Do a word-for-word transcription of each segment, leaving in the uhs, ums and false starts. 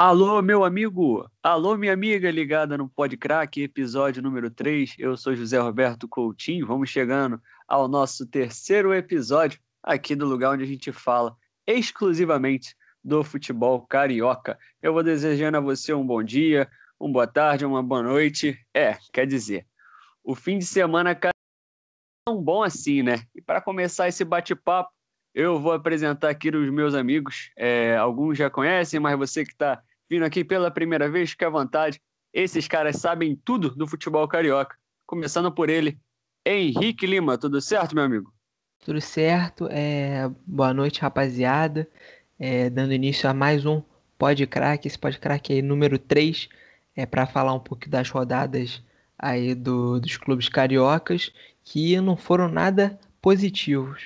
Alô, meu amigo! Alô, minha amiga ligada no Pod Crack, episódio número três. Eu sou José Roberto Coutinho. Vamos chegando ao nosso terceiro episódio aqui do lugar onde a gente fala exclusivamente do futebol carioca. Eu vou desejando a você um bom dia, uma boa tarde, uma boa noite. É, quer dizer, o fim de semana cara, é tão bom assim, né? E para começar esse bate-papo, eu vou apresentar aqui os meus amigos. É, alguns já conhecem, mas você que está vindo aqui pela primeira vez, fique à vontade. Esses caras sabem tudo do futebol carioca. Começando por ele, Henrique Lima. Tudo certo, meu amigo? Tudo certo, é, boa noite, rapaziada. É, dando início a mais um Pod Crack, esse Pod Crack aí número três, é para falar um pouco das rodadas aí do, dos clubes cariocas que não foram nada positivos.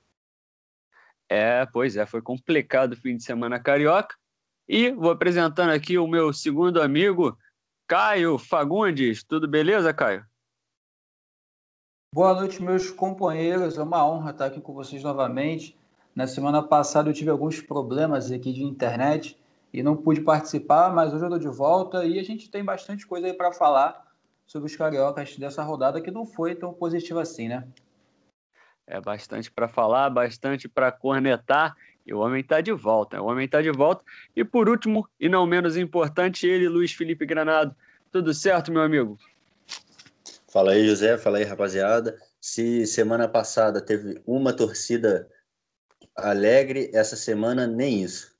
É, pois é, foi complicado o fim de semana carioca. E vou apresentando aqui o meu segundo amigo, Caio Fagundes. Tudo beleza, Caio? Boa noite, meus companheiros. É uma honra estar aqui com vocês novamente. Na semana passada eu tive alguns problemas aqui de internet e não pude participar, mas hoje eu estou de volta e a gente tem bastante coisa aí para falar sobre os cariocas dessa rodada que não foi tão positiva assim, né? É bastante para falar, bastante para cornetar. E o homem está de volta. O homem está de volta. E por último, e não menos importante, ele, Luiz Felipe Granado. Tudo certo, meu amigo? Fala aí, José. Fala aí, rapaziada. Se semana passada teve uma torcida alegre, essa semana nem isso.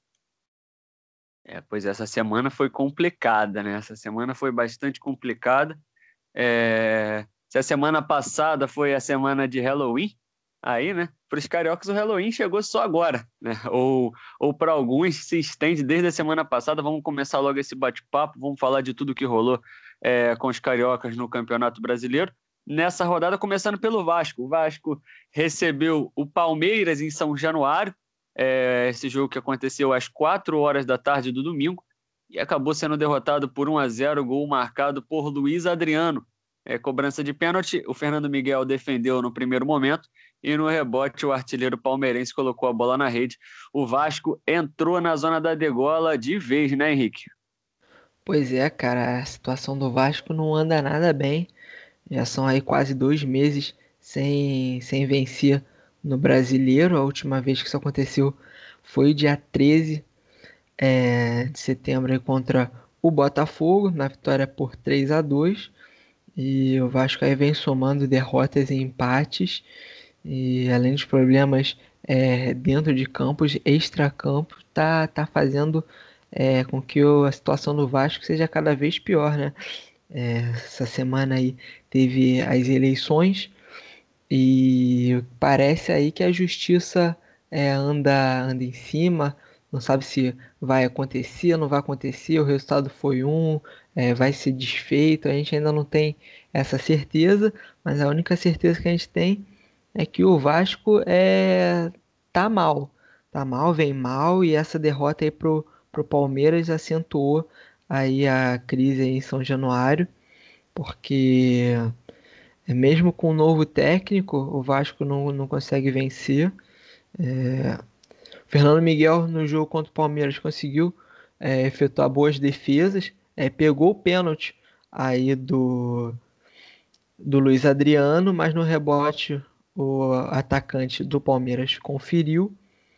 É, pois essa semana foi complicada, né? Essa semana foi bastante complicada. É... Se a semana passada foi a semana de Halloween, aí, né? Para os cariocas o Halloween chegou só agora, né? Ou, ou para alguns se estende desde a semana passada. Vamos começar logo esse bate-papo, vamos falar de tudo que rolou é, com os cariocas no Campeonato Brasileiro. Nessa rodada, começando pelo Vasco. O Vasco recebeu o Palmeiras em São Januário, é, esse jogo que aconteceu às quatro horas da tarde do domingo, e acabou sendo derrotado por um a zero, gol marcado por Luiz Adriano. É, cobrança de pênalti, o Fernando Miguel defendeu no primeiro momento e no rebote o artilheiro palmeirense colocou a bola na rede. O Vasco entrou na zona da degola de vez, né, Henrique? Pois é, cara, a situação do Vasco não anda nada bem. Já são aí quase dois meses sem, sem vencer no Brasileiro. A última vez que isso aconteceu foi dia treze é, de setembro aí contra o Botafogo, na vitória por três a dois. E o Vasco aí vem somando derrotas e empates. E além dos problemas é, dentro de campos, extra-campo, tá, tá fazendo é, com que o- a situação do Vasco seja cada vez pior, né? É, essa semana aí teve as eleições e parece aí que a justiça é, anda, anda em cima, não sabe se vai acontecer, não vai acontecer, o resultado foi um, é, vai ser desfeito, a gente ainda não tem essa certeza, mas a única certeza que a gente tem é que o Vasco é, tá mal, tá mal, vem mal, e essa derrota aí pro, pro Palmeiras acentuou aí a crise aí em São Januário, porque é, mesmo com um novo técnico, o Vasco não, não consegue vencer. É, Fernando Miguel, no jogo contra o Palmeiras, conseguiu é, efetuar boas defesas, é, pegou o pênalti aí do, do Luiz Adriano, mas no rebote o atacante do Palmeiras conferiu.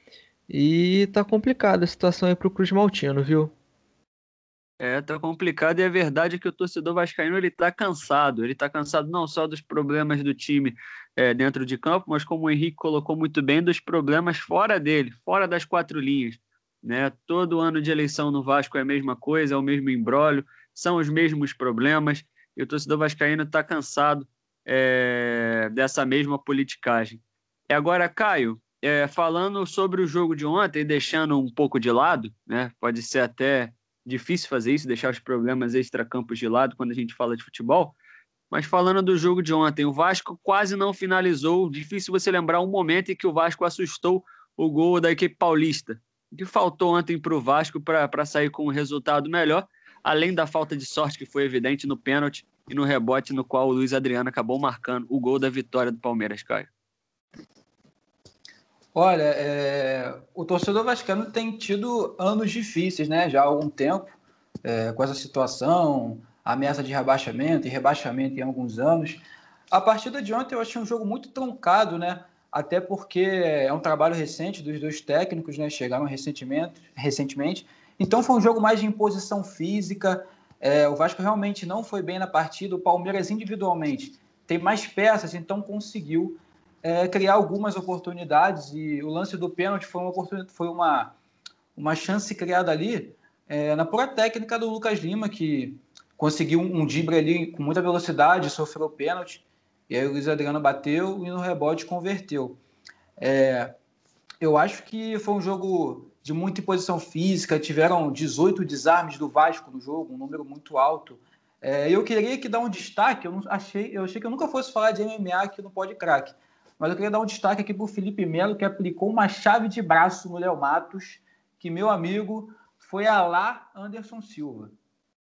E tá complicada a situação aí pro Cruz Maltino, viu? É, tá complicado e a verdade é que o torcedor vascaíno ele tá cansado. Ele tá cansado não só dos problemas do time é, dentro de campo, mas como o Henrique colocou muito bem, dos problemas fora dele, fora das quatro linhas, né? Todo ano de eleição no Vasco é a mesma coisa, é o mesmo imbróglio, são os mesmos problemas e o torcedor vascaíno tá cansado é, dessa mesma politicagem. E agora, Caio, é, falando sobre o jogo de ontem, deixando um pouco de lado, né? Pode ser até difícil fazer isso, deixar os problemas extracampos de lado quando a gente fala de futebol. Mas falando do jogo de ontem, o Vasco quase não finalizou. Difícil você lembrar um momento em que o Vasco assustou o gol da equipe paulista. O que faltou ontem para o Vasco para sair com um resultado melhor, além da falta de sorte que foi evidente no pênalti e no rebote no qual o Luiz Adriano acabou marcando o gol da vitória do Palmeiras, Caio. Olha, é, o torcedor vascaíno tem tido anos difíceis, né? Já há algum tempo, é, com essa situação, ameaça de rebaixamento e rebaixamento em alguns anos. A partida de ontem eu achei um jogo muito truncado, né? Até porque é um trabalho recente dos dois técnicos, né? Chegaram recentemente, recentemente. Então foi um jogo mais de imposição física. É, o Vasco realmente não foi bem na partida. O Palmeiras individualmente tem mais peças, então conseguiu é, criar algumas oportunidades. E o lance do pênalti foi uma oportunidade, foi uma, uma chance criada ali é, na pura técnica do Lucas Lima, que conseguiu um, um drible ali com muita velocidade, sofreu o pênalti. E aí o Luiz Adriano bateu e no rebote converteu. É, eu acho que foi um jogo de muita imposição física, tiveram dezoito desarmes do Vasco no jogo, um número muito alto. É, eu queria que dar um destaque, eu, não achei, eu achei que eu nunca fosse falar de M M A aqui no Pod Crack, mas eu queria dar um destaque aqui para o Felipe Melo, que aplicou uma chave de braço no Léo Matos, que, meu amigo, foi a lá Anderson Silva.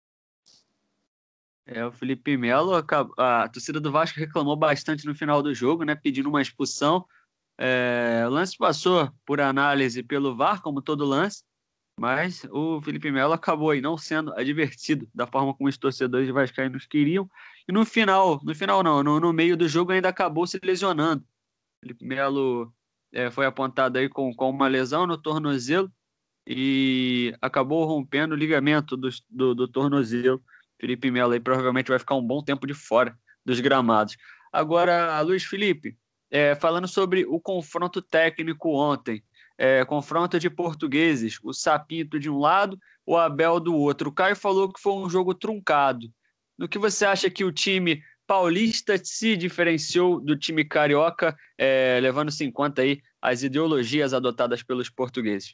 É, o Felipe Melo, a, a torcida do Vasco reclamou bastante no final do jogo, né, pedindo uma expulsão. É, o lance passou por análise pelo V A R, como todo lance, mas o Felipe Melo acabou aí não sendo advertido da forma como os torcedores vascaínos queriam. E no final, no final não, no, no meio do jogo ainda acabou se lesionando. O Felipe Melo é, foi apontado aí com, com uma lesão no tornozelo e acabou rompendo o ligamento do, do, do tornozelo. Felipe Melo aí provavelmente vai ficar um bom tempo de fora dos gramados. Agora, Luiz Felipe, é, falando sobre o confronto técnico ontem, é, confronto de portugueses, o Sapinto de um lado, o Abel do outro. O Caio falou que foi um jogo truncado. No que você acha que o time paulista se diferenciou do time carioca, é, levando-se em conta aí as ideologias adotadas pelos portugueses?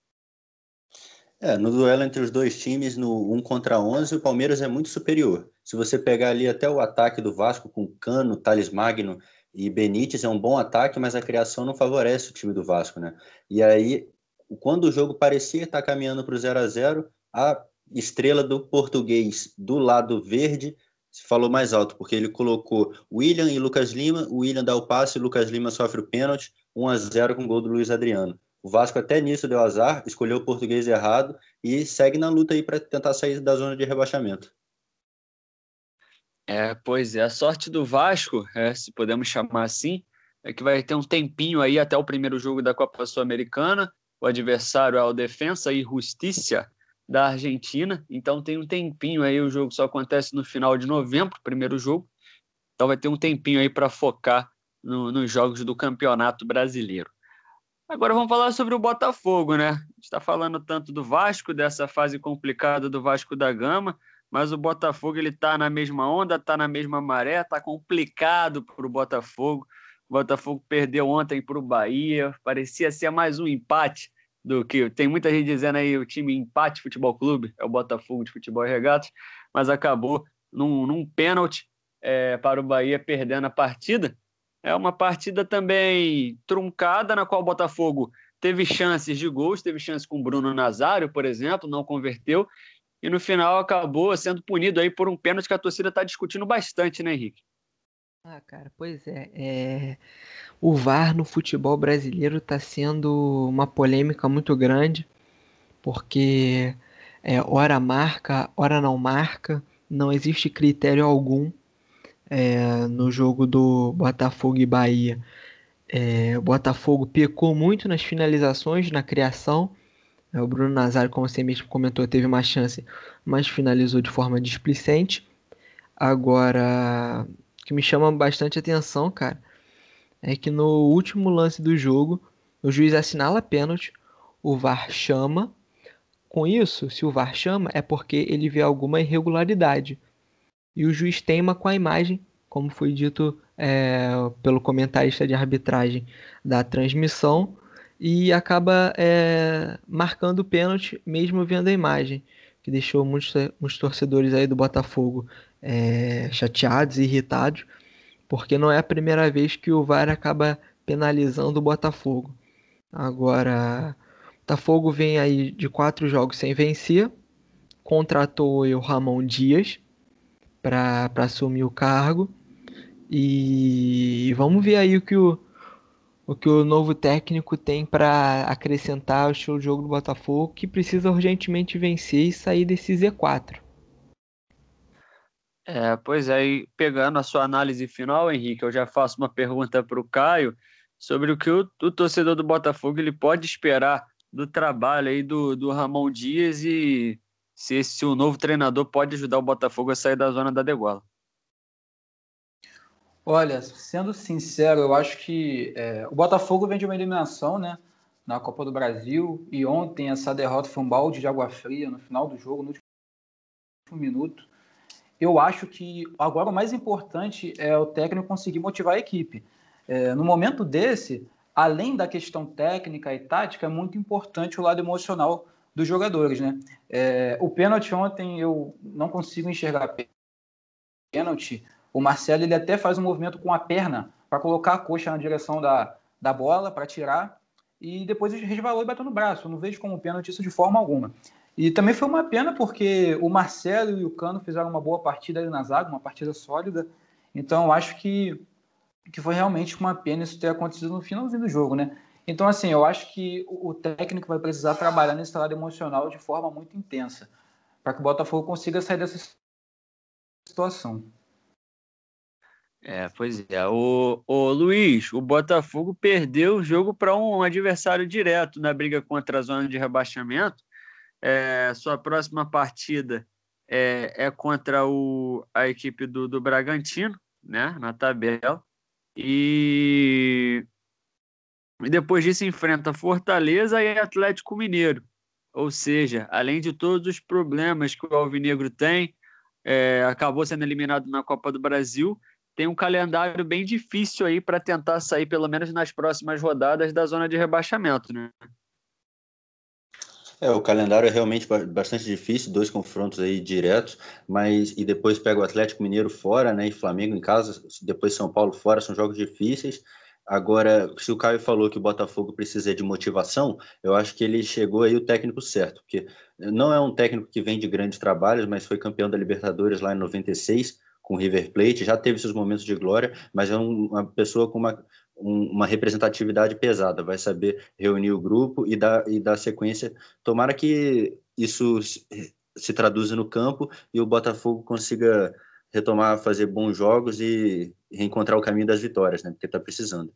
É, no duelo entre os dois times, no um contra onze, o Palmeiras é muito superior. Se você pegar ali até o ataque do Vasco com Cano, Thales Magno e Benítez, é um bom ataque, mas a criação não favorece o time do Vasco, né? E aí, quando o jogo parecia estar caminhando para o zero a zero, a estrela do português do lado verde se falou mais alto, porque ele colocou William e Lucas Lima, o William dá o passe, o Lucas Lima sofre o pênalti, um a zero com o gol do Luiz Adriano. O Vasco até nisso deu azar, escolheu o português errado e segue na luta aí para tentar sair da zona de rebaixamento. É, pois é, a sorte do Vasco, é, se podemos chamar assim, é que vai ter um tempinho aí até o primeiro jogo da Copa Sul-Americana. O adversário é o Defensa e Justiça da Argentina, então tem um tempinho aí, o jogo só acontece no final de novembro, primeiro jogo, então vai ter um tempinho aí para focar no, nos jogos do Campeonato Brasileiro. Agora vamos falar sobre o Botafogo, né? A gente está falando tanto do Vasco, dessa fase complicada do Vasco da Gama, mas o Botafogo ele está na mesma onda, está na mesma maré, está complicado para o Botafogo. O Botafogo perdeu ontem para o Bahia, parecia ser mais um empate do que... Tem muita gente dizendo aí o time Empate Futebol Clube, é o Botafogo de Futebol e Regatas, mas acabou num, num pênalti é, para o Bahia perdendo a partida. É uma partida também truncada, na qual o Botafogo teve chances de gols, teve chance com o Bruno Nazário, por exemplo, não converteu, e no final acabou sendo punido aí por um pênalti que a torcida está discutindo bastante, né, Henrique? Ah, cara, pois é, é... O V A R no futebol brasileiro está sendo uma polêmica muito grande, porque é, hora marca, hora não marca, não existe critério algum é, no jogo do Botafogo e Bahia. É, o Botafogo pecou muito nas finalizações, na criação. É, o Bruno Nazário, como você mesmo comentou, teve uma chance, mas finalizou de forma displicente. Agora, o que me chama bastante atenção, cara, é que no último lance do jogo, o juiz assinala pênalti, o V A R chama. Com isso, se o V A R chama, é porque ele vê alguma irregularidade. E o juiz teima com a imagem, como foi dito é, pelo comentarista de arbitragem da transmissão, e acaba é, marcando o pênalti mesmo vendo a imagem, que deixou muitos, muitos torcedores aí do Botafogo é, chateados e irritados, porque não é a primeira vez que o V A R acaba penalizando o Botafogo. Agora, o Botafogo vem aí de quatro jogos sem vencer, contratou o Ramon Dias para assumir o cargo, e vamos ver aí o que o, o que o novo técnico tem para acrescentar ao estilo de jogo do Botafogo, que precisa urgentemente vencer e sair desse Z quatro. É, pois é, e pegando a sua análise final, Henrique, eu já faço uma pergunta para o Caio sobre o que o, o torcedor do Botafogo ele pode esperar do trabalho aí do, do Ramon Dias e se, se o novo treinador pode ajudar o Botafogo a sair da zona da degola. Olha, sendo sincero, eu acho que é, o Botafogo vem de uma eliminação, né, na Copa do Brasil, e ontem essa derrota foi um balde de água fria no final do jogo, no último minuto. Eu acho que agora o mais importante é o técnico conseguir motivar a equipe. É, no momento desse, além da questão técnica e tática, é muito importante o lado emocional dos jogadores, né? É, o pênalti ontem eu não consigo enxergar pênalti. O Marcelo ele até faz um movimento com a perna para colocar a coxa na direção da, da bola para tirar e depois ele resvalou e bateu no braço. Eu não vejo como pênalti isso de forma alguma. E também foi uma pena porque o Marcelo e o Cano fizeram uma boa partida ali na zaga, uma partida sólida. Então eu acho que, que foi realmente uma pena isso ter acontecido no finalzinho do jogo, né? Então, assim, eu acho que o técnico vai precisar trabalhar nesse lado emocional de forma muito intensa para que o Botafogo consiga sair dessa situação. É, pois é. O, o Luiz, o Botafogo perdeu o jogo para um adversário direto na briga contra a zona de rebaixamento. É, sua próxima partida é, é contra o, a equipe do, do Bragantino, né, na tabela. E, e depois disso enfrenta Fortaleza e Atlético Mineiro. Ou seja, além de todos os problemas que o Alvinegro tem, é, acabou sendo eliminado na Copa do Brasil, tem um calendário bem difícil aí para tentar sair, pelo menos nas próximas rodadas, da zona de rebaixamento, né? É, o calendário é realmente bastante difícil, dois confrontos aí diretos, mas e depois pega o Atlético Mineiro fora, né, e Flamengo em casa, depois São Paulo fora, são jogos difíceis. Agora, se o Caio falou que o Botafogo precisa de motivação, eu acho que ele chegou aí o técnico certo, porque não é um técnico que vem de grandes trabalhos, mas foi campeão da Libertadores lá em noventa e seis com o River Plate, já teve seus momentos de glória, mas é uma pessoa com uma uma representatividade pesada, vai saber reunir o grupo e dar, e dar sequência. Tomara que isso se traduza no campo e o Botafogo consiga retomar, fazer bons jogos e reencontrar o caminho das vitórias, né? Porque está precisando.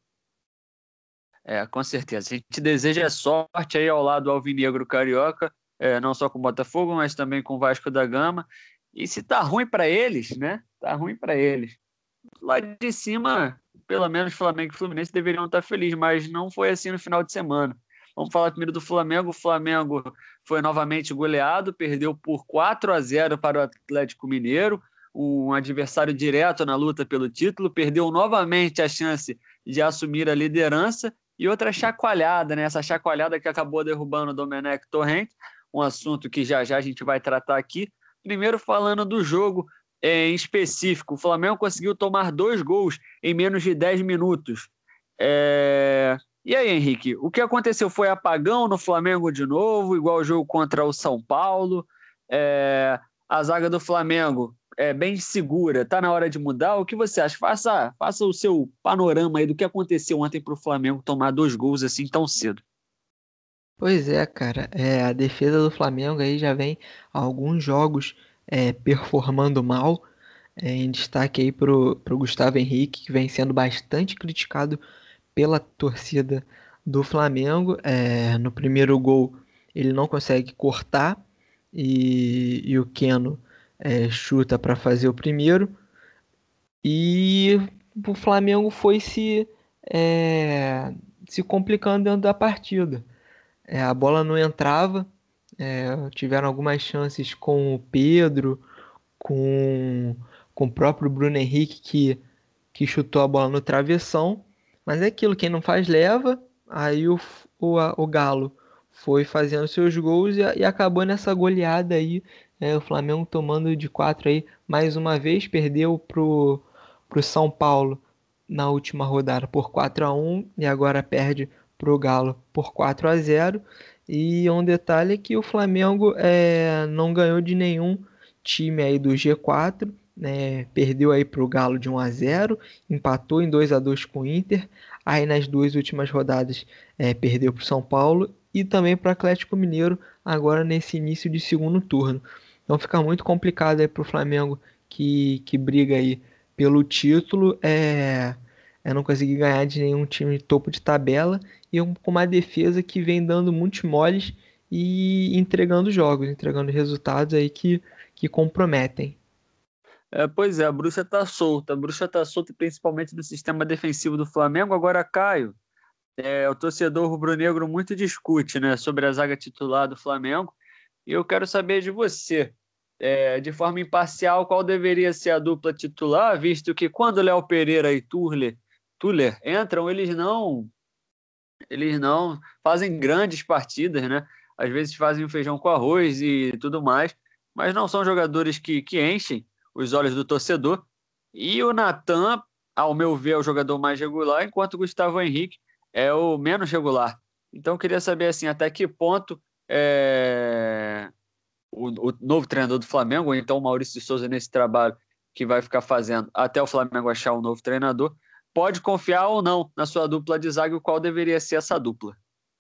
É, com certeza. A gente deseja sorte aí ao lado do Alvinegro Carioca, é, não só com o Botafogo, mas também com o Vasco da Gama. E se tá ruim para eles, né? Tá ruim para eles. Lá de cima, pelo menos Flamengo e Fluminense deveriam estar felizes, mas não foi assim no final de semana. Vamos falar primeiro do Flamengo. O Flamengo foi novamente goleado, perdeu por quatro a zero para o Atlético Mineiro, um adversário direto na luta pelo título, perdeu novamente a chance de assumir a liderança e outra chacoalhada, né? Essa chacoalhada que acabou derrubando o Domenech Torrent, um assunto que já já a gente vai tratar aqui. Primeiro falando do jogo, em específico, o Flamengo conseguiu tomar dois gols em menos de dez minutos. É... E aí, Henrique, o que aconteceu? Foi apagão no Flamengo de novo, igual o jogo contra o São Paulo? É... A zaga do Flamengo é bem segura, tá na hora de mudar? O que você acha? Faça, faça o seu panorama aí do que aconteceu ontem para o Flamengo tomar dois gols assim tão cedo. Pois é, cara, é, a defesa do Flamengo aí já vem há alguns jogos é, performando mal. É, em destaque aí pro, pro Gustavo Henrique, que vem sendo bastante criticado pela torcida do Flamengo. É, no primeiro gol ele não consegue cortar e, e o Keno é, chuta para fazer o primeiro. E o Flamengo foi se, é, se complicando dentro da partida. É, a bola não entrava, é, tiveram algumas chances com o Pedro, com, com o próprio Bruno Henrique que, que chutou a bola no travessão, mas é aquilo, quem não faz leva, aí o, o, a- o Galo foi fazendo seus gols e, e acabou nessa goleada aí, é, o Flamengo tomando de quatro aí, mais uma vez, perdeu pro, pro São Paulo na última rodada por quatro a um e agora perde pro Galo por quatro a zero. E um detalhe é que o Flamengo é, não ganhou de nenhum time aí do G quatro, né? Perdeu aí para o Galo de um a zero, empatou em dois a dois com o Inter. Aí nas duas últimas rodadas é, perdeu para o São Paulo e também para o Atlético Mineiro agora nesse início de segundo turno. Então fica muito complicado aí para o Flamengo que, que briga aí pelo título, é, é não conseguir ganhar de nenhum time de topo de tabela e um- com uma defesa que vem dando muitos moles e entregando jogos, entregando resultados aí que, que comprometem. É, pois é, a bruxa tá solta. A bruxa tá solta principalmente no sistema defensivo do Flamengo. Agora, Caio, é, o torcedor rubro-negro muito discute, né, sobre a zaga titular do Flamengo. E eu quero saber de você, é, de forma imparcial, qual deveria ser a dupla titular, visto que quando Léo Pereira e Turler, Tuller entram, eles não, eles não fazem grandes partidas, né? Às vezes fazem o feijão com arroz e tudo mais, mas não são jogadores que, que enchem os olhos do torcedor. E o Natan, ao meu ver, é o jogador mais regular, enquanto o Gustavo Henrique é o menos regular. Então, eu queria saber assim, até que ponto é, o, o novo treinador do Flamengo, ou então o Maurício de Souza nesse trabalho que vai ficar fazendo até o Flamengo achar um novo treinador, pode confiar ou não na sua dupla de zaga, e qual deveria ser essa dupla.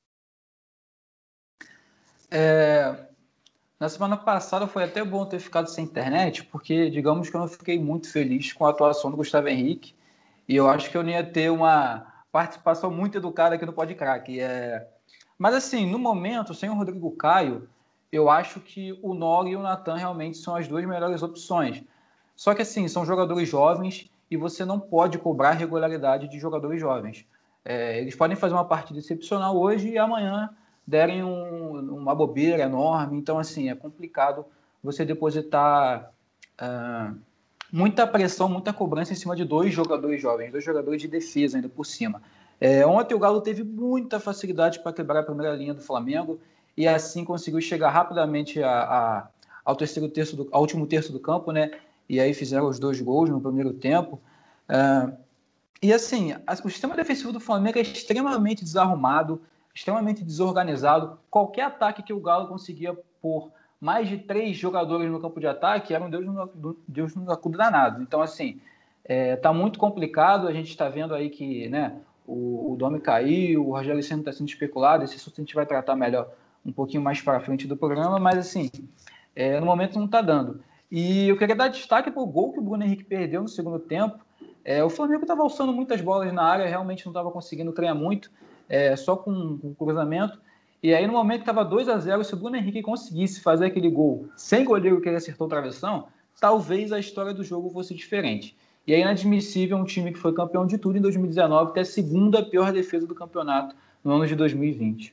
É, na semana passada foi até bom ter ficado sem internet, porque digamos que eu não fiquei muito feliz com a atuação do Gustavo Henrique, e eu acho que eu não ia ter uma participação muito educada aqui no Podcrack. É... Mas assim, no momento, sem o Rodrigo Caio, eu acho que o Nogue e o Natan realmente são as duas melhores opções. Só que assim, são jogadores jovens e você não pode cobrar regularidade de jogadores jovens. É, eles podem fazer uma partida excepcional hoje e amanhã derem um, uma bobeira enorme. Então, assim, é complicado você depositar uh, muita pressão, muita cobrança em cima de dois jogadores jovens, dois jogadores de defesa ainda por cima. É, ontem o Galo teve muita facilidade para quebrar a primeira linha do Flamengo e assim conseguiu chegar rapidamente a, a, ao terceiro terço do, ao último terço do campo, né? E aí fizeram os dois gols no primeiro tempo. Uh, e assim, a, o sistema defensivo do Flamengo é extremamente desarrumado, extremamente desorganizado. Qualquer ataque que o Galo conseguia pôr mais de três jogadores no campo de ataque era um Deus no, Deus no acudo danado. Então, assim, é, tá muito complicado. A gente está vendo aí que, né, o, o Domi caiu, o Rogério Ceni está sendo especulado. Esse assunto a gente vai tratar melhor um pouquinho mais para frente do programa, mas assim, é, no momento não está dando. E eu queria dar destaque para o gol que o Bruno Henrique perdeu no segundo tempo. É, o Flamengo estava alçando muitas bolas na área, realmente não estava conseguindo criar muito, é, só com, com cruzamento. E aí, no momento que estava dois a zero, se o Bruno Henrique conseguisse fazer aquele gol sem goleiro que ele acertou o travessão, talvez a história do jogo fosse diferente. E é inadmissível um time que foi campeão de tudo em dois mil e dezenove ter a segunda pior defesa do campeonato no ano de dois mil e vinte.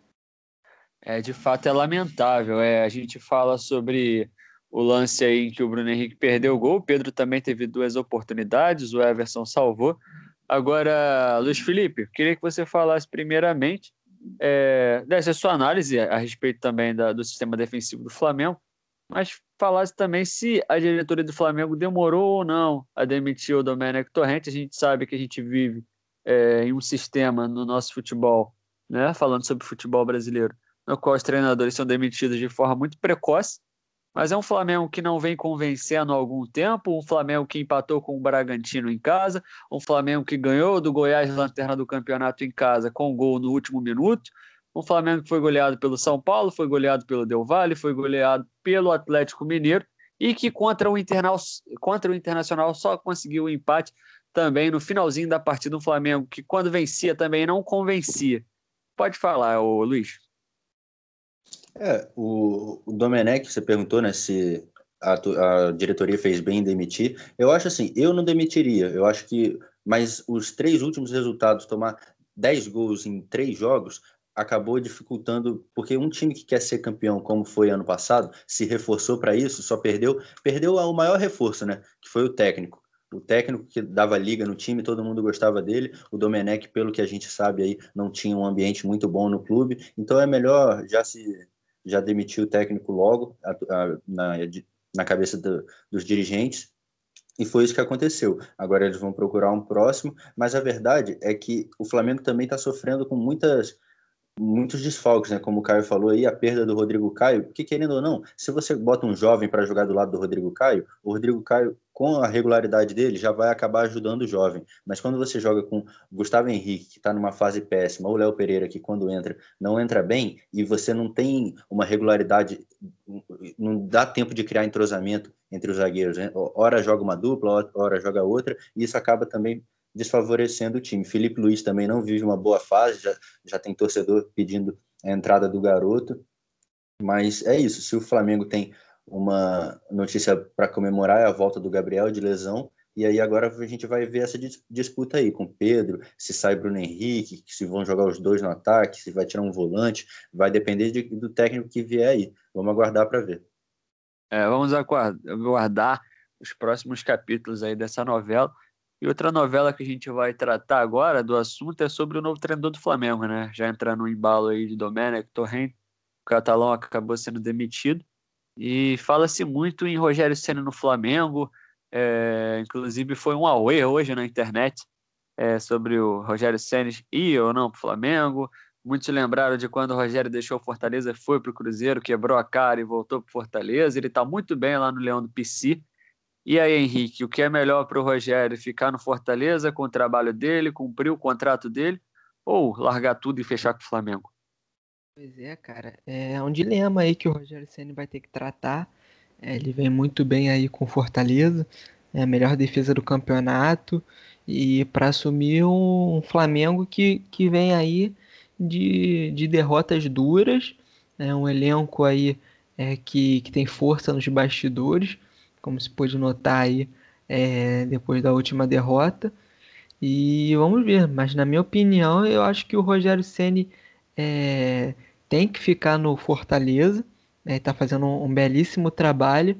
É, de fato é lamentável. É, a gente fala sobre o lance aí em que o Bruno Henrique perdeu o gol, o Pedro também teve duas oportunidades, o Everson salvou. Agora, Luiz Felipe, queria que você falasse primeiramente é, dessa sua análise a respeito também da, do sistema defensivo do Flamengo, mas falasse também se a diretoria do Flamengo demorou ou não a demitir o Domenech Torrente. A gente sabe que a gente vive é, em um sistema no nosso futebol, né, falando sobre futebol brasileiro, no qual os treinadores são demitidos de forma muito precoce, mas é um Flamengo que não vem convencendo há algum tempo, um Flamengo que empatou com o Bragantino em casa, um Flamengo que ganhou do Goiás lanterna do campeonato em casa com gol no último minuto, um Flamengo que foi goleado pelo São Paulo, foi goleado pelo Del Valle, foi goleado pelo Atlético Mineiro e que contra o, Internal, contra o Internacional só conseguiu o empate também no finalzinho da partida, um Flamengo que quando vencia também não convencia. Pode falar, ô Luiz. É, o, o Domenech, você perguntou, né, se a, a diretoria fez bem em demitir. Eu acho assim, eu não demitiria. Eu acho que, mas os três últimos resultados, tomar dez gols em três jogos, acabou dificultando, porque um time que quer ser campeão, como foi ano passado, se reforçou para isso, só perdeu, perdeu o maior reforço, né, que foi o técnico. O técnico que dava liga no time, todo mundo gostava dele. O Domenech, pelo que a gente sabe aí, não tinha um ambiente muito bom no clube. Então é melhor já se já demitiu o técnico logo a, a, na, na cabeça do, dos dirigentes, e foi isso que aconteceu. Agora eles vão procurar um próximo, mas a verdade é que o Flamengo também está sofrendo com muitas, muitos desfalques, né? Como o Caio falou aí, a perda do Rodrigo Caio, porque querendo ou não, se você bota um jovem para jogar do lado do Rodrigo Caio, o Rodrigo Caio com a regularidade dele, já vai acabar ajudando o jovem. Mas quando você joga com Gustavo Henrique, que está numa fase péssima, ou Léo Pereira, que quando entra, não entra bem, e você não tem uma regularidade, não dá tempo de criar entrosamento entre os zagueiros, né? Ora joga uma dupla, ora joga outra, e isso acaba também desfavorecendo o time. Felipe Luiz também não vive uma boa fase, já, já tem torcedor pedindo a entrada do garoto, mas é isso, se o Flamengo tem uma notícia para comemorar, é a volta do Gabriel de lesão, e aí agora a gente vai ver essa disputa aí com o Pedro, se sai Bruno Henrique, se vão jogar os dois no ataque, se vai tirar um volante, vai depender de, do técnico que vier aí, vamos aguardar para ver. É, vamos aguardar os próximos capítulos aí dessa novela. E outra novela que a gente vai tratar agora do assunto é sobre o novo treinador do Flamengo, né? Já entrando no embalo aí de Domenech Torrent, o catalão acabou sendo demitido. E fala-se muito em Rogério Ceni no Flamengo, é, inclusive foi um auê hoje na internet é, sobre o Rogério Ceni ir ou não para o Flamengo. Muitos lembraram de quando o Rogério deixou o Fortaleza, foi para o Cruzeiro, quebrou a cara e voltou para o Fortaleza. Ele está muito bem lá no Leão do Pici. E aí, Henrique, o que é melhor para o Rogério? Ficar no Fortaleza com o trabalho dele, cumprir o contrato dele, ou largar tudo e fechar com o Flamengo? Pois é, cara, é um dilema aí que o Rogério Ceni vai ter que tratar. É, ele vem muito bem aí com o Fortaleza, é a melhor defesa do campeonato, e para assumir um, um Flamengo que, que vem aí de, de derrotas duras, é um elenco aí é, que, que tem força nos bastidores, como se pôde notar aí é, depois da última derrota. E vamos ver, mas na minha opinião, eu acho que o Rogério Ceni é, tem que ficar no Fortaleza, né, está fazendo um, um belíssimo trabalho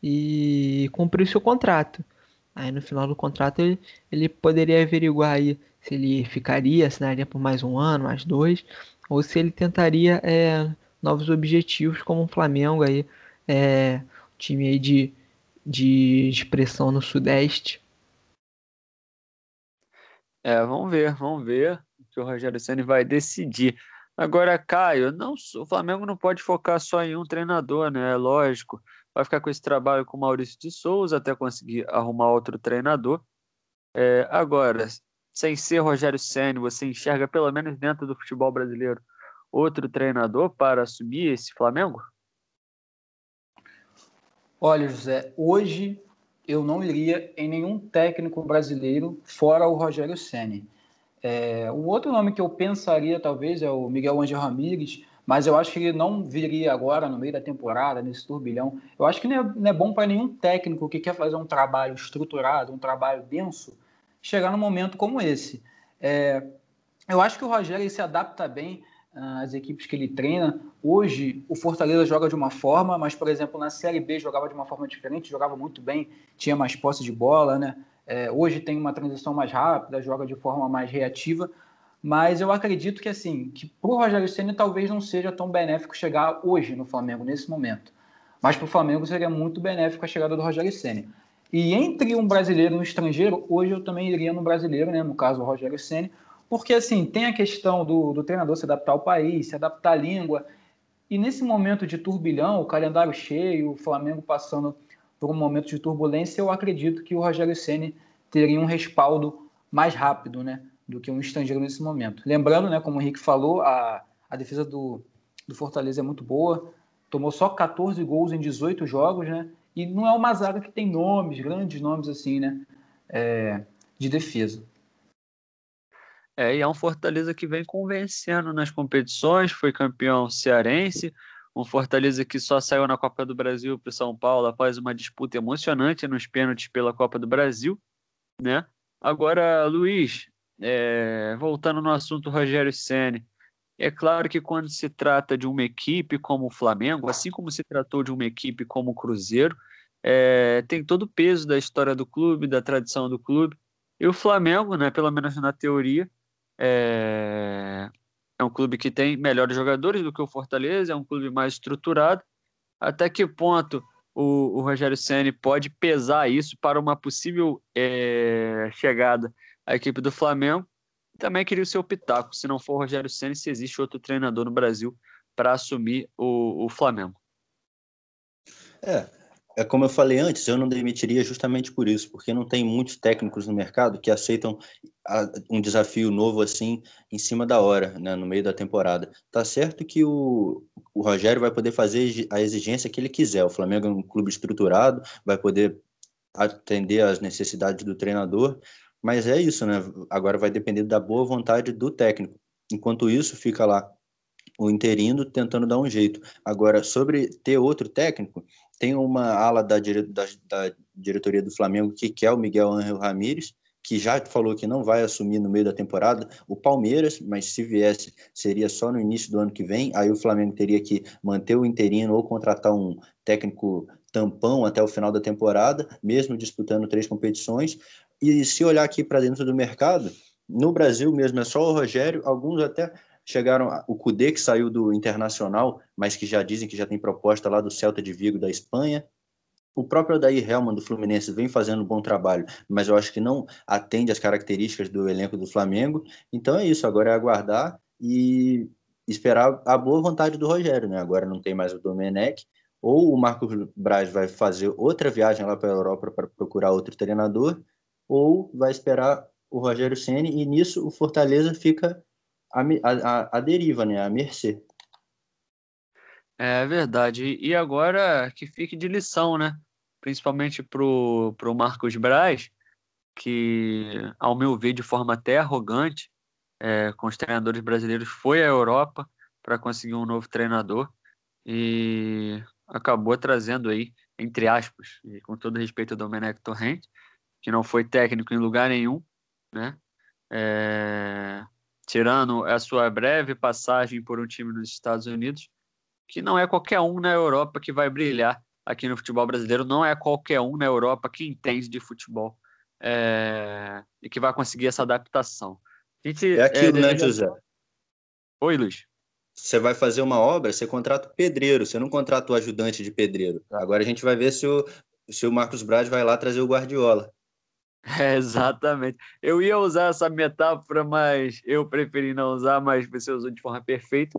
e cumprir o seu contrato. Aí no final do contrato ele, ele poderia averiguar aí se ele ficaria, assinaria por mais um ano, mais dois, ou se ele tentaria é, novos objetivos como o Flamengo aí, é, time aí de, de expressão no Sudeste. É, vamos ver, vamos ver o que o Rogério Ceni vai decidir. Agora, Caio, não, o Flamengo não pode focar só em um treinador, né? É lógico. Vai ficar com esse trabalho com o Maurício de Souza até conseguir arrumar outro treinador. É, agora, sem ser Rogério Ceni, você enxerga, pelo menos dentro do futebol brasileiro, outro treinador para assumir esse Flamengo? Olha, José, hoje eu não iria em nenhum técnico brasileiro fora o Rogério Ceni. É, o outro nome que eu pensaria, talvez, é o Miguel Ángel Ramírez, mas eu acho que ele não viria agora, no meio da temporada, nesse turbilhão. Eu acho que não é, não é bom para nenhum técnico que quer fazer um trabalho estruturado, um trabalho denso, chegar num momento como esse. É, eu acho que o Rogério ele se adapta bem às equipes que ele treina. Hoje, o Fortaleza joga de uma forma, mas, por exemplo, na Série B jogava de uma forma diferente, jogava muito bem, tinha mais posse de bola, né? É, hoje tem uma transição mais rápida, joga de forma mais reativa, mas eu acredito que, assim, que para o Rogério Ceni talvez não seja tão benéfico chegar hoje no Flamengo, nesse momento. Mas para o Flamengo seria muito benéfico a chegada do Rogério Ceni. E entre um brasileiro e um estrangeiro, hoje eu também iria no brasileiro, né? No caso, o Rogério Ceni, porque, assim, tem a questão do, do treinador se adaptar ao país, se adaptar à língua. E nesse momento de turbilhão, o calendário cheio, o Flamengo passando por um momento de turbulência, eu acredito que o Rogério Ceni teria um respaldo mais rápido, né, do que um estrangeiro nesse momento. Lembrando, né, como o Henrique falou, a, a defesa do, do Fortaleza é muito boa, tomou só catorze gols em dezoito jogos, né, e não é uma zaga que tem nomes, grandes nomes assim, né, é, de defesa. É, e é um Fortaleza que vem convencendo nas competições, foi campeão cearense, um Fortaleza que só saiu na Copa do Brasil para o São Paulo após uma disputa emocionante nos pênaltis pela Copa do Brasil, né? Agora, Luiz, é, voltando no assunto Rogério Ceni, é claro que quando se trata de uma equipe como o Flamengo, assim como se tratou de uma equipe como o Cruzeiro, é, tem todo o peso da história do clube, da tradição do clube, e o Flamengo, né, pelo menos na teoria, é, é um clube que tem melhores jogadores do que o Fortaleza, é um clube mais estruturado. Até que ponto o, o Rogério Ceni pode pesar isso para uma possível é, chegada à equipe do Flamengo? Também queria o seu pitaco, se não for o Rogério Ceni, se existe outro treinador no Brasil para assumir o, o Flamengo. É, É como eu falei antes, eu não demitiria justamente por isso, porque não tem muitos técnicos no mercado que aceitam a, um desafio novo assim em cima da hora, né, no meio da temporada. Tá certo que o, o Rogério vai poder fazer a exigência que ele quiser. O Flamengo é um clube estruturado, vai poder atender às necessidades do treinador, mas é isso, né? Agora vai depender da boa vontade do técnico. Enquanto isso, fica lá o interino tentando dar um jeito. Agora, sobre ter outro técnico, tem uma ala da, dire... da, da diretoria do Flamengo que quer o Miguel Ángel Ramírez, que já falou que não vai assumir no meio da temporada o Palmeiras, mas se viesse, seria só no início do ano que vem, aí o Flamengo teria que manter o interino ou contratar um técnico tampão até o final da temporada, mesmo disputando três competições. E se olhar aqui para dentro do mercado, no Brasil mesmo é só o Rogério, alguns até chegaram, o Kudê, que saiu do Internacional, mas que já dizem que já tem proposta lá do Celta de Vigo da Espanha. O próprio Odair Hellmann do Fluminense vem fazendo um bom trabalho, mas eu acho que não atende às características do elenco do Flamengo. Então é isso, agora é aguardar e esperar a boa vontade do Rogério, né? Agora não tem mais o Domenech, ou o Marcos Braz vai fazer outra viagem lá para a Europa para procurar outro treinador, ou vai esperar o Rogério Ceni, e nisso o Fortaleza fica à, à, à deriva, né? À mercê. É verdade. E agora que fique de lição, né? Principalmente pro, pro Marcos Braz, que, ao meu ver, de forma até arrogante, é, com os treinadores brasileiros, foi à Europa para conseguir um novo treinador e acabou trazendo aí, entre aspas, e com todo respeito ao Domenech Torrent, que não foi técnico em lugar nenhum, né? É, tirando a sua breve passagem por um time nos Estados Unidos, que não é qualquer um na Europa que vai brilhar aqui no futebol brasileiro, não é qualquer um na Europa que entende de futebol é, e que vai conseguir essa adaptação. A É gente é, aquilo, né, deseja... José? Oi, Luiz. Você vai fazer uma obra, você contrata o pedreiro, você não contrata o ajudante de pedreiro. Agora a gente vai ver se o, se o Marcos Braz vai lá trazer o Guardiola. É, exatamente. Eu ia usar essa metáfora, mas eu preferi não usar, mas você usou de forma perfeita.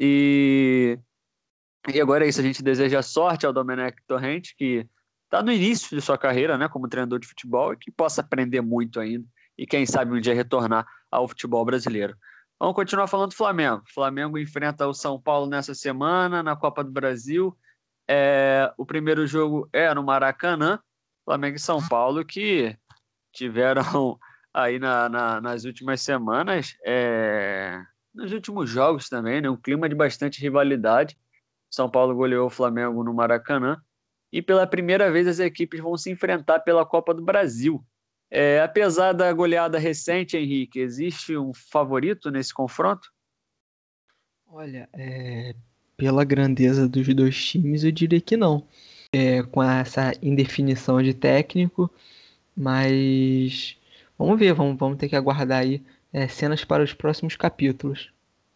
E, e agora é isso, a gente deseja sorte ao Domenech Torrent, que está no início de sua carreira, né, como treinador de futebol, e que possa aprender muito ainda, e quem sabe um dia retornar ao futebol brasileiro. Vamos continuar falando do Flamengo. O Flamengo enfrenta o São Paulo nessa semana, na Copa do Brasil. É, o primeiro jogo é no Maracanã, Flamengo e São Paulo, que tiveram aí na, na, nas últimas semanas, é, nos últimos jogos também, né, um clima de bastante rivalidade. São Paulo goleou o Flamengo no Maracanã e pela primeira vez as equipes vão se enfrentar pela Copa do Brasil. É, apesar da goleada recente, Henrique, existe um favorito nesse confronto? Olha, é, pela grandeza dos dois times, eu diria que não. É, com essa indefinição de técnico, mas vamos ver, vamos, vamos ter que aguardar aí é, cenas para os próximos capítulos.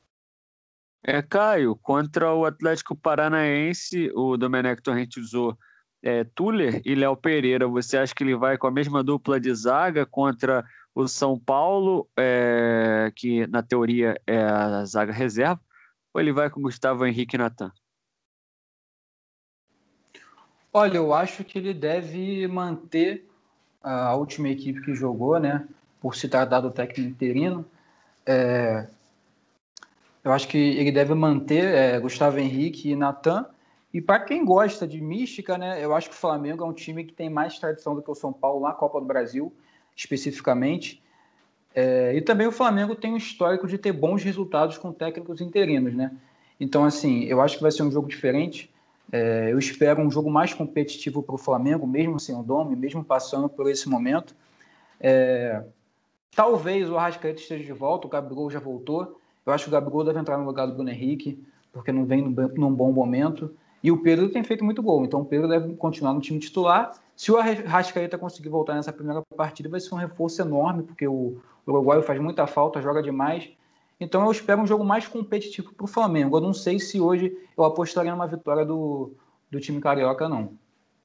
É, Caio, contra o Atlético Paranaense, o Domenech Torrent usou é, Tuller e Léo Pereira. Você acha que ele vai com a mesma dupla de zaga contra o São Paulo, é, que na teoria é a zaga reserva, ou ele vai com Gustavo Henrique e Natan? Olha, eu acho que ele deve manter a última equipe que jogou, né? Por se tratar do técnico interino. É, eu acho que ele deve manter é, Gustavo Henrique e Natan. E para quem gosta de mística, né? Eu acho que o Flamengo é um time que tem mais tradição do que o São Paulo na Copa do Brasil, especificamente. É, e também o Flamengo tem um histórico de ter bons resultados com técnicos interinos, né? Então, assim, eu acho que vai ser um jogo diferente. É, eu espero um jogo mais competitivo para o Flamengo, mesmo sem o Dome, mesmo passando por esse momento. É, talvez o Arrascaeta esteja de volta, o Gabigol já voltou. Eu acho que o Gabigol deve entrar no lugar do Bruno Henrique, porque não vem num bom momento. E o Pedro tem feito muito gol, então o Pedro deve continuar no time titular. Se o Arrascaeta conseguir voltar nessa primeira partida, vai ser um reforço enorme, porque o uruguaio faz muita falta, joga demais. Então eu espero um jogo mais competitivo para o Flamengo. Eu não sei se hoje eu apostaria numa vitória do, do time carioca, não.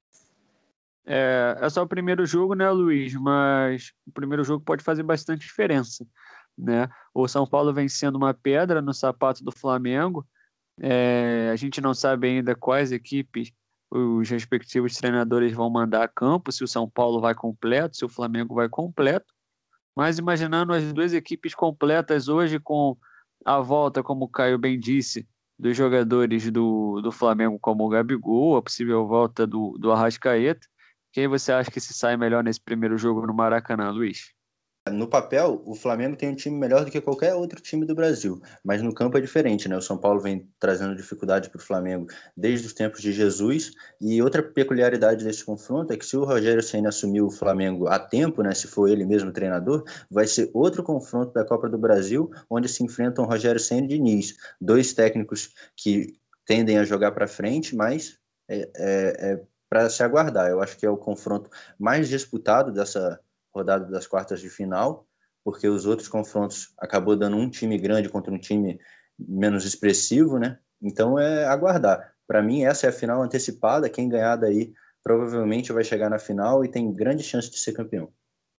É, é só o primeiro jogo, né, Luiz? Mas o primeiro jogo pode fazer bastante diferença, né? O São Paulo vem sendo uma pedra no sapato do Flamengo. É, a gente não sabe ainda quais equipes os respectivos treinadores vão mandar a campo, se o São Paulo vai completo, se o Flamengo vai completo. Mas imaginando as duas equipes completas hoje com a volta, como o Caio bem disse, dos jogadores do, do Flamengo, como o Gabigol, a possível volta do, do Arrascaeta, quem você acha que se sai melhor nesse primeiro jogo no Maracanã, Luiz? No papel, o Flamengo tem um time melhor do que qualquer outro time do Brasil, mas no campo é diferente, né? O São Paulo vem trazendo dificuldade para o Flamengo desde os tempos de Jesus, e outra peculiaridade desse confronto é que se o Rogério Ceni assumir o Flamengo a tempo, né, se for ele mesmo o treinador, vai ser outro confronto da Copa do Brasil, onde se enfrentam Rogério Ceni e Diniz, dois técnicos que tendem a jogar para frente, mas é, é, é para se aguardar. Eu acho que é o confronto mais disputado dessa rodada das quartas de final, porque os outros confrontos acabou dando um time grande contra um time menos expressivo, né? Então é aguardar. Para mim, essa é a final antecipada. Quem ganhar daí provavelmente vai chegar na final e tem grande chance de ser campeão.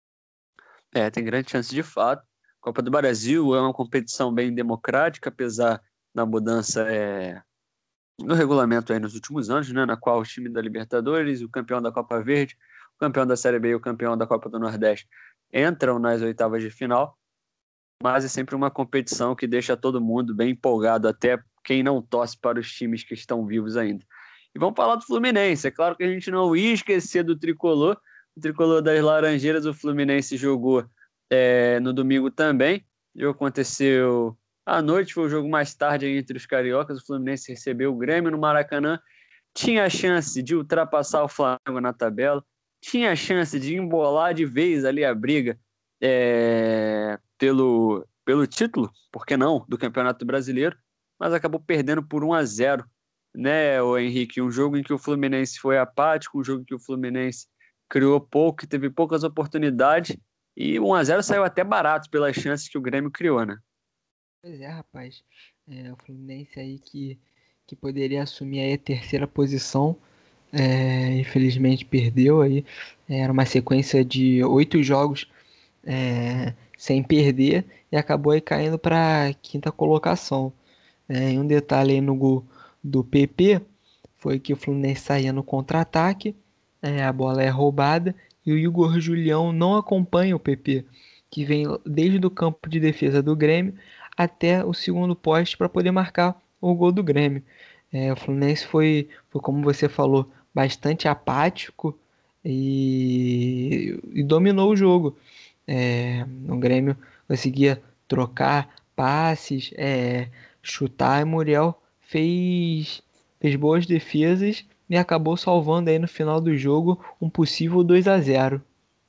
É, tem grande chance de fato. Copa do Brasil é uma competição bem democrática, apesar da mudança é, no regulamento aí nos últimos anos, né, na qual o time da Libertadores, o campeão da Copa Verde, o campeão da Série B e o campeão da Copa do Nordeste entram nas oitavas de final, mas é sempre uma competição que deixa todo mundo bem empolgado, até quem não torce para os times que estão vivos ainda. E vamos falar do Fluminense. É claro que a gente não ia esquecer do Tricolor, o Tricolor das Laranjeiras. O Fluminense jogou é, no domingo também, o jogo aconteceu à noite, foi o jogo mais tarde entre os cariocas. O Fluminense recebeu o Grêmio no Maracanã, tinha a chance de ultrapassar o Flamengo na tabela, tinha a chance de embolar de vez ali a briga é, pelo, pelo título, por que não, do Campeonato Brasileiro, mas acabou perdendo por um a zero, né, o Henrique? Um jogo em que o Fluminense foi apático, um jogo em que o Fluminense criou pouco, teve poucas oportunidades, e um a zero saiu até barato pelas chances que o Grêmio criou, né? Pois é, rapaz. É, o Fluminense aí que, que poderia assumir aí a terceira posição, é, infelizmente perdeu aí. Era uma sequência de oito jogos é, sem perder e acabou aí caindo para a quinta colocação. É, e um detalhe aí no gol do P P foi que o Fluminense saía no contra-ataque, é, a bola é roubada e o Igor Julião não acompanha o P P, que vem desde o campo de defesa do Grêmio até o segundo poste para poder marcar o gol do Grêmio. É, o Fluminense foi, foi, como você falou, bastante apático e, e dominou o jogo. É, o Grêmio conseguia trocar passes, é, chutar, e Muriel fez, fez boas defesas e acabou salvando aí no final do jogo um possível dois a zero.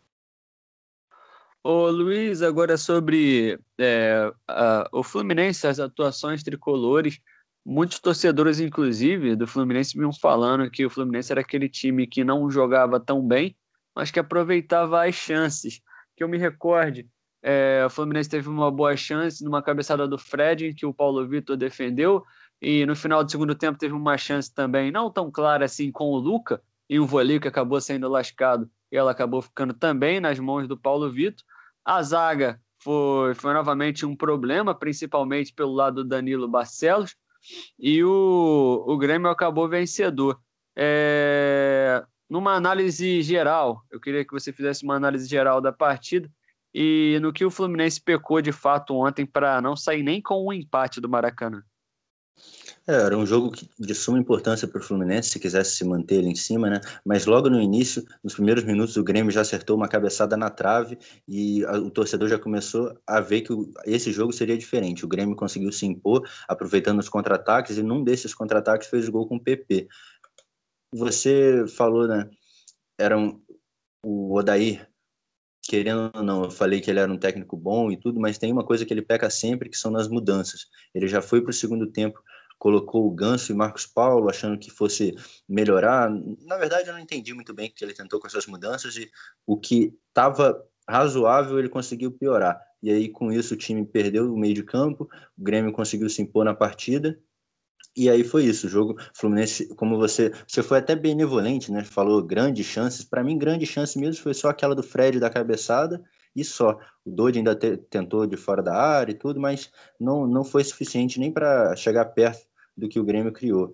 Ô Luiz, agora sobre é, a, o Fluminense, as atuações tricolores, muitos torcedores, inclusive, do Fluminense vinham falando que o Fluminense era aquele time que não jogava tão bem, mas que aproveitava as chances. Que eu me recorde, é, o Fluminense teve uma boa chance numa cabeçada do Fred, em que o Paulo Vitor defendeu, e no final do segundo tempo teve uma chance também, não tão clara assim, com o Luca, e um voleio que acabou sendo lascado, e ela acabou ficando também nas mãos do Paulo Vitor. A zaga foi, foi novamente um problema, principalmente pelo lado do Danilo Barcelos, e o, o Grêmio acabou vencedor. É, numa análise geral, eu queria que você fizesse uma análise geral da partida e no que o Fluminense pecou de fato ontem para não sair nem com um empate do Maracanã. É, era um jogo de suma importância para o Fluminense, se quisesse se manter ali em cima, né? Mas logo no início, nos primeiros minutos, o Grêmio já acertou uma cabeçada na trave e a, o torcedor já começou a ver que o, esse jogo seria diferente. O Grêmio conseguiu se impor, aproveitando os contra-ataques, e num desses contra-ataques fez o gol com o P P. Você falou, né? Era um, o Odair, querendo ou não, eu falei que ele era um técnico bom e tudo, mas tem uma coisa que ele peca sempre, que são nas mudanças. Ele já foi para o segundo tempo, colocou o Ganso e Marcos Paulo, achando que fosse melhorar. Na verdade, eu não entendi muito bem o que ele tentou com essas mudanças, e o que estava razoável ele conseguiu piorar. E aí, com isso, o time perdeu o meio de campo, o Grêmio conseguiu se impor na partida, e aí foi isso, o jogo Fluminense, como você, você foi até benevolente, né? Falou grandes chances. Para mim, grande chance mesmo foi só aquela do Fred da cabeçada e só. O Dodi ainda te, tentou de fora da área e tudo, mas não, não foi suficiente nem para chegar perto do que o Grêmio criou.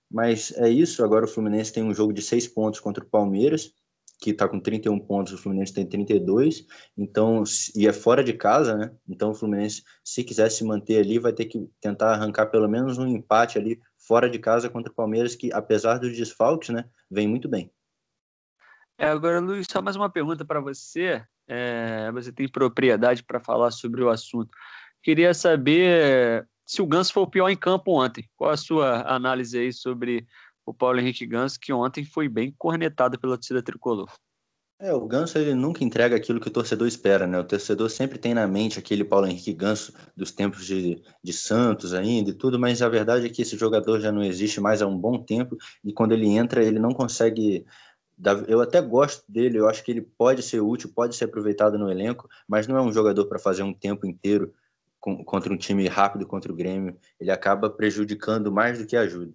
Mas é isso, agora o Fluminense tem um jogo de seis pontos contra o Palmeiras, que está com trinta e um pontos, o Fluminense tem trinta e dois, então, e é fora de casa, né? Então o Fluminense, se quiser se manter ali, vai ter que tentar arrancar pelo menos um empate ali fora de casa contra o Palmeiras, que apesar dos desfalques, né, vem muito bem. É, agora, Luiz, só mais uma pergunta para você. É, você tem propriedade para falar sobre o assunto. Queria saber se o Ganso foi o pior em campo ontem. Qual a sua análise aí sobre o Paulo Henrique Ganso, que ontem foi bem cornetado pela torcida tricolor? É, o Ganso ele nunca entrega aquilo que o torcedor espera, né? O torcedor sempre tem na mente aquele Paulo Henrique Ganso dos tempos de, de Santos ainda e tudo, mas a verdade é que esse jogador já não existe mais há um bom tempo e quando ele entra ele não consegue. Eu até gosto dele, eu acho que ele pode ser útil, pode ser aproveitado no elenco, mas não é um jogador para fazer um tempo inteiro com, contra um time rápido contra o Grêmio. Ele acaba prejudicando mais do que ajuda.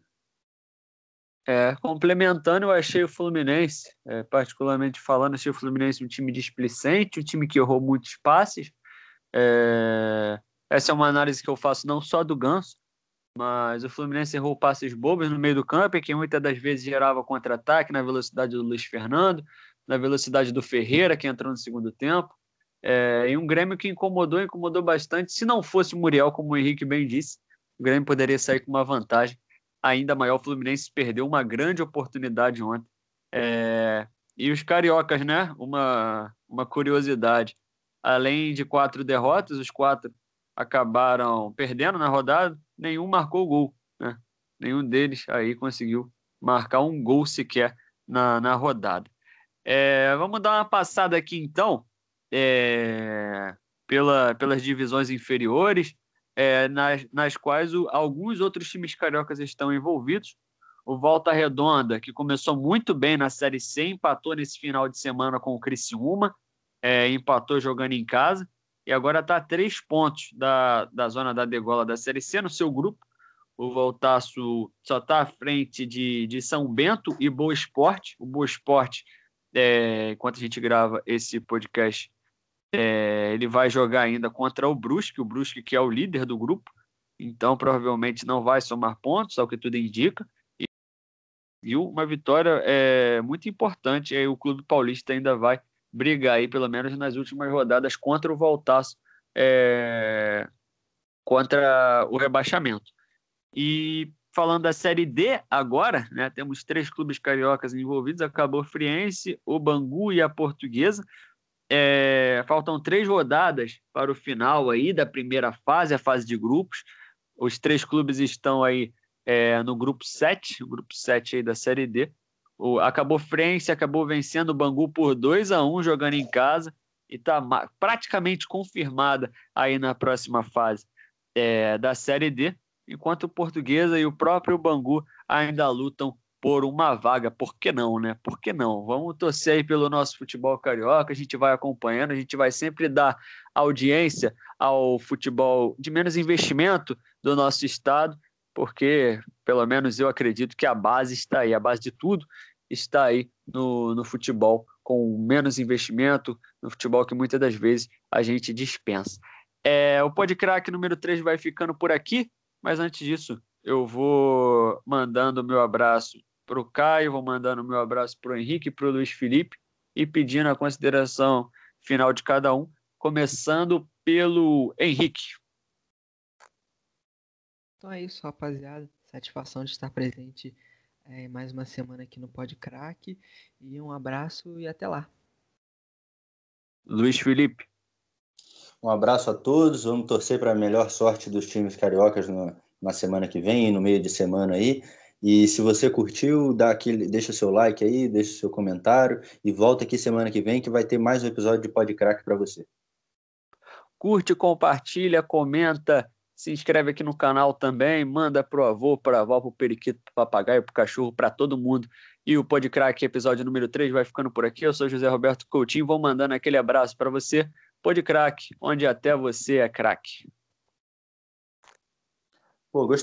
É, complementando, eu achei o Fluminense, é, particularmente falando, achei o Fluminense um time displicente, um time que errou muitos passes. É, essa é uma análise que eu faço não só do Ganso, mas o Fluminense errou passes bobos no meio do campo, e que muitas das vezes gerava contra-ataque na velocidade do Luiz Fernando, na velocidade do Ferreira, que entrou no segundo tempo. É, e um Grêmio que incomodou, incomodou bastante. Se não fosse o Muriel, como o Henrique bem disse, o Grêmio poderia sair com uma vantagem ainda maior. O Fluminense perdeu uma grande oportunidade ontem. É, e os cariocas, né? Uma, uma curiosidade. Além de quatro derrotas, os quatro acabaram perdendo na rodada, nenhum marcou gol, né? Nenhum deles aí conseguiu marcar um gol sequer na, na rodada. É, vamos dar uma passada aqui então, é, pela, pelas divisões inferiores, é, nas, nas quais o, alguns outros times cariocas estão envolvidos. O Volta Redonda, que começou muito bem na Série C, empatou nesse final de semana com o Criciúma, é, empatou jogando em casa, e agora está a três pontos da, da zona da degola da Série C no seu grupo. O Voltaço só está à frente de, de São Bento e Boa Esporte. O Boa Esporte, é, enquanto a gente grava esse podcast, é, ele vai jogar ainda contra o Brusque, o Brusque que é o líder do grupo, então provavelmente não vai somar pontos, ao que tudo indica. E, e uma vitória é muito importante, aí o Clube Paulista ainda vai brigar aí, pelo menos nas últimas rodadas, contra o Voltaço, é, contra o rebaixamento. E falando da Série D agora, né, temos três clubes cariocas envolvidos, a Cabo Friense, o Bangu e a Portuguesa. É, faltam três rodadas para o final aí da primeira fase, a fase de grupos. Os três clubes estão aí é, no grupo sete, o grupo sete aí da Série D. O, a Cabo Friense acabou vencendo o Bangu por dois a um jogando em casa e está praticamente confirmada aí na próxima fase é, da Série D, enquanto o Portuguesa e o próprio Bangu ainda lutam por uma vaga. Por que não, né? Por que não? Vamos torcer aí pelo nosso futebol carioca, a gente vai acompanhando, a gente vai sempre dar audiência ao futebol de menos investimento do nosso estado, porque, pelo menos eu acredito que a base está aí, a base de tudo está aí no, no futebol com menos investimento, no futebol que muitas das vezes a gente dispensa. É, o Podcrack número três vai ficando por aqui, mas antes disso, eu vou mandando o meu abraço para o Caio, vou mandando o meu abraço para o Henrique e para o Luiz Felipe e pedindo a consideração final de cada um, começando pelo Henrique. Então é isso, rapaziada. Satisfação de estar presente é, mais uma semana aqui no Podcrack. E um abraço e até lá. Luiz Felipe. Um abraço a todos, vamos torcer para a melhor sorte dos times cariocas no, na semana que vem, no meio de semana aí. E se você curtiu, dá aquele, deixa seu like aí, deixa seu comentário e volta aqui semana que vem que vai ter mais um episódio de Podcrack para você. Curte, compartilha, comenta, se inscreve aqui no canal também, manda pro avô, pra avó, pro periquito, pro papagaio, pro cachorro, para todo mundo. E o Podcrack, episódio número três, vai ficando por aqui. Eu sou José Roberto Coutinho, vou mandando aquele abraço para você. Podcrack, onde até você é craque. Pô,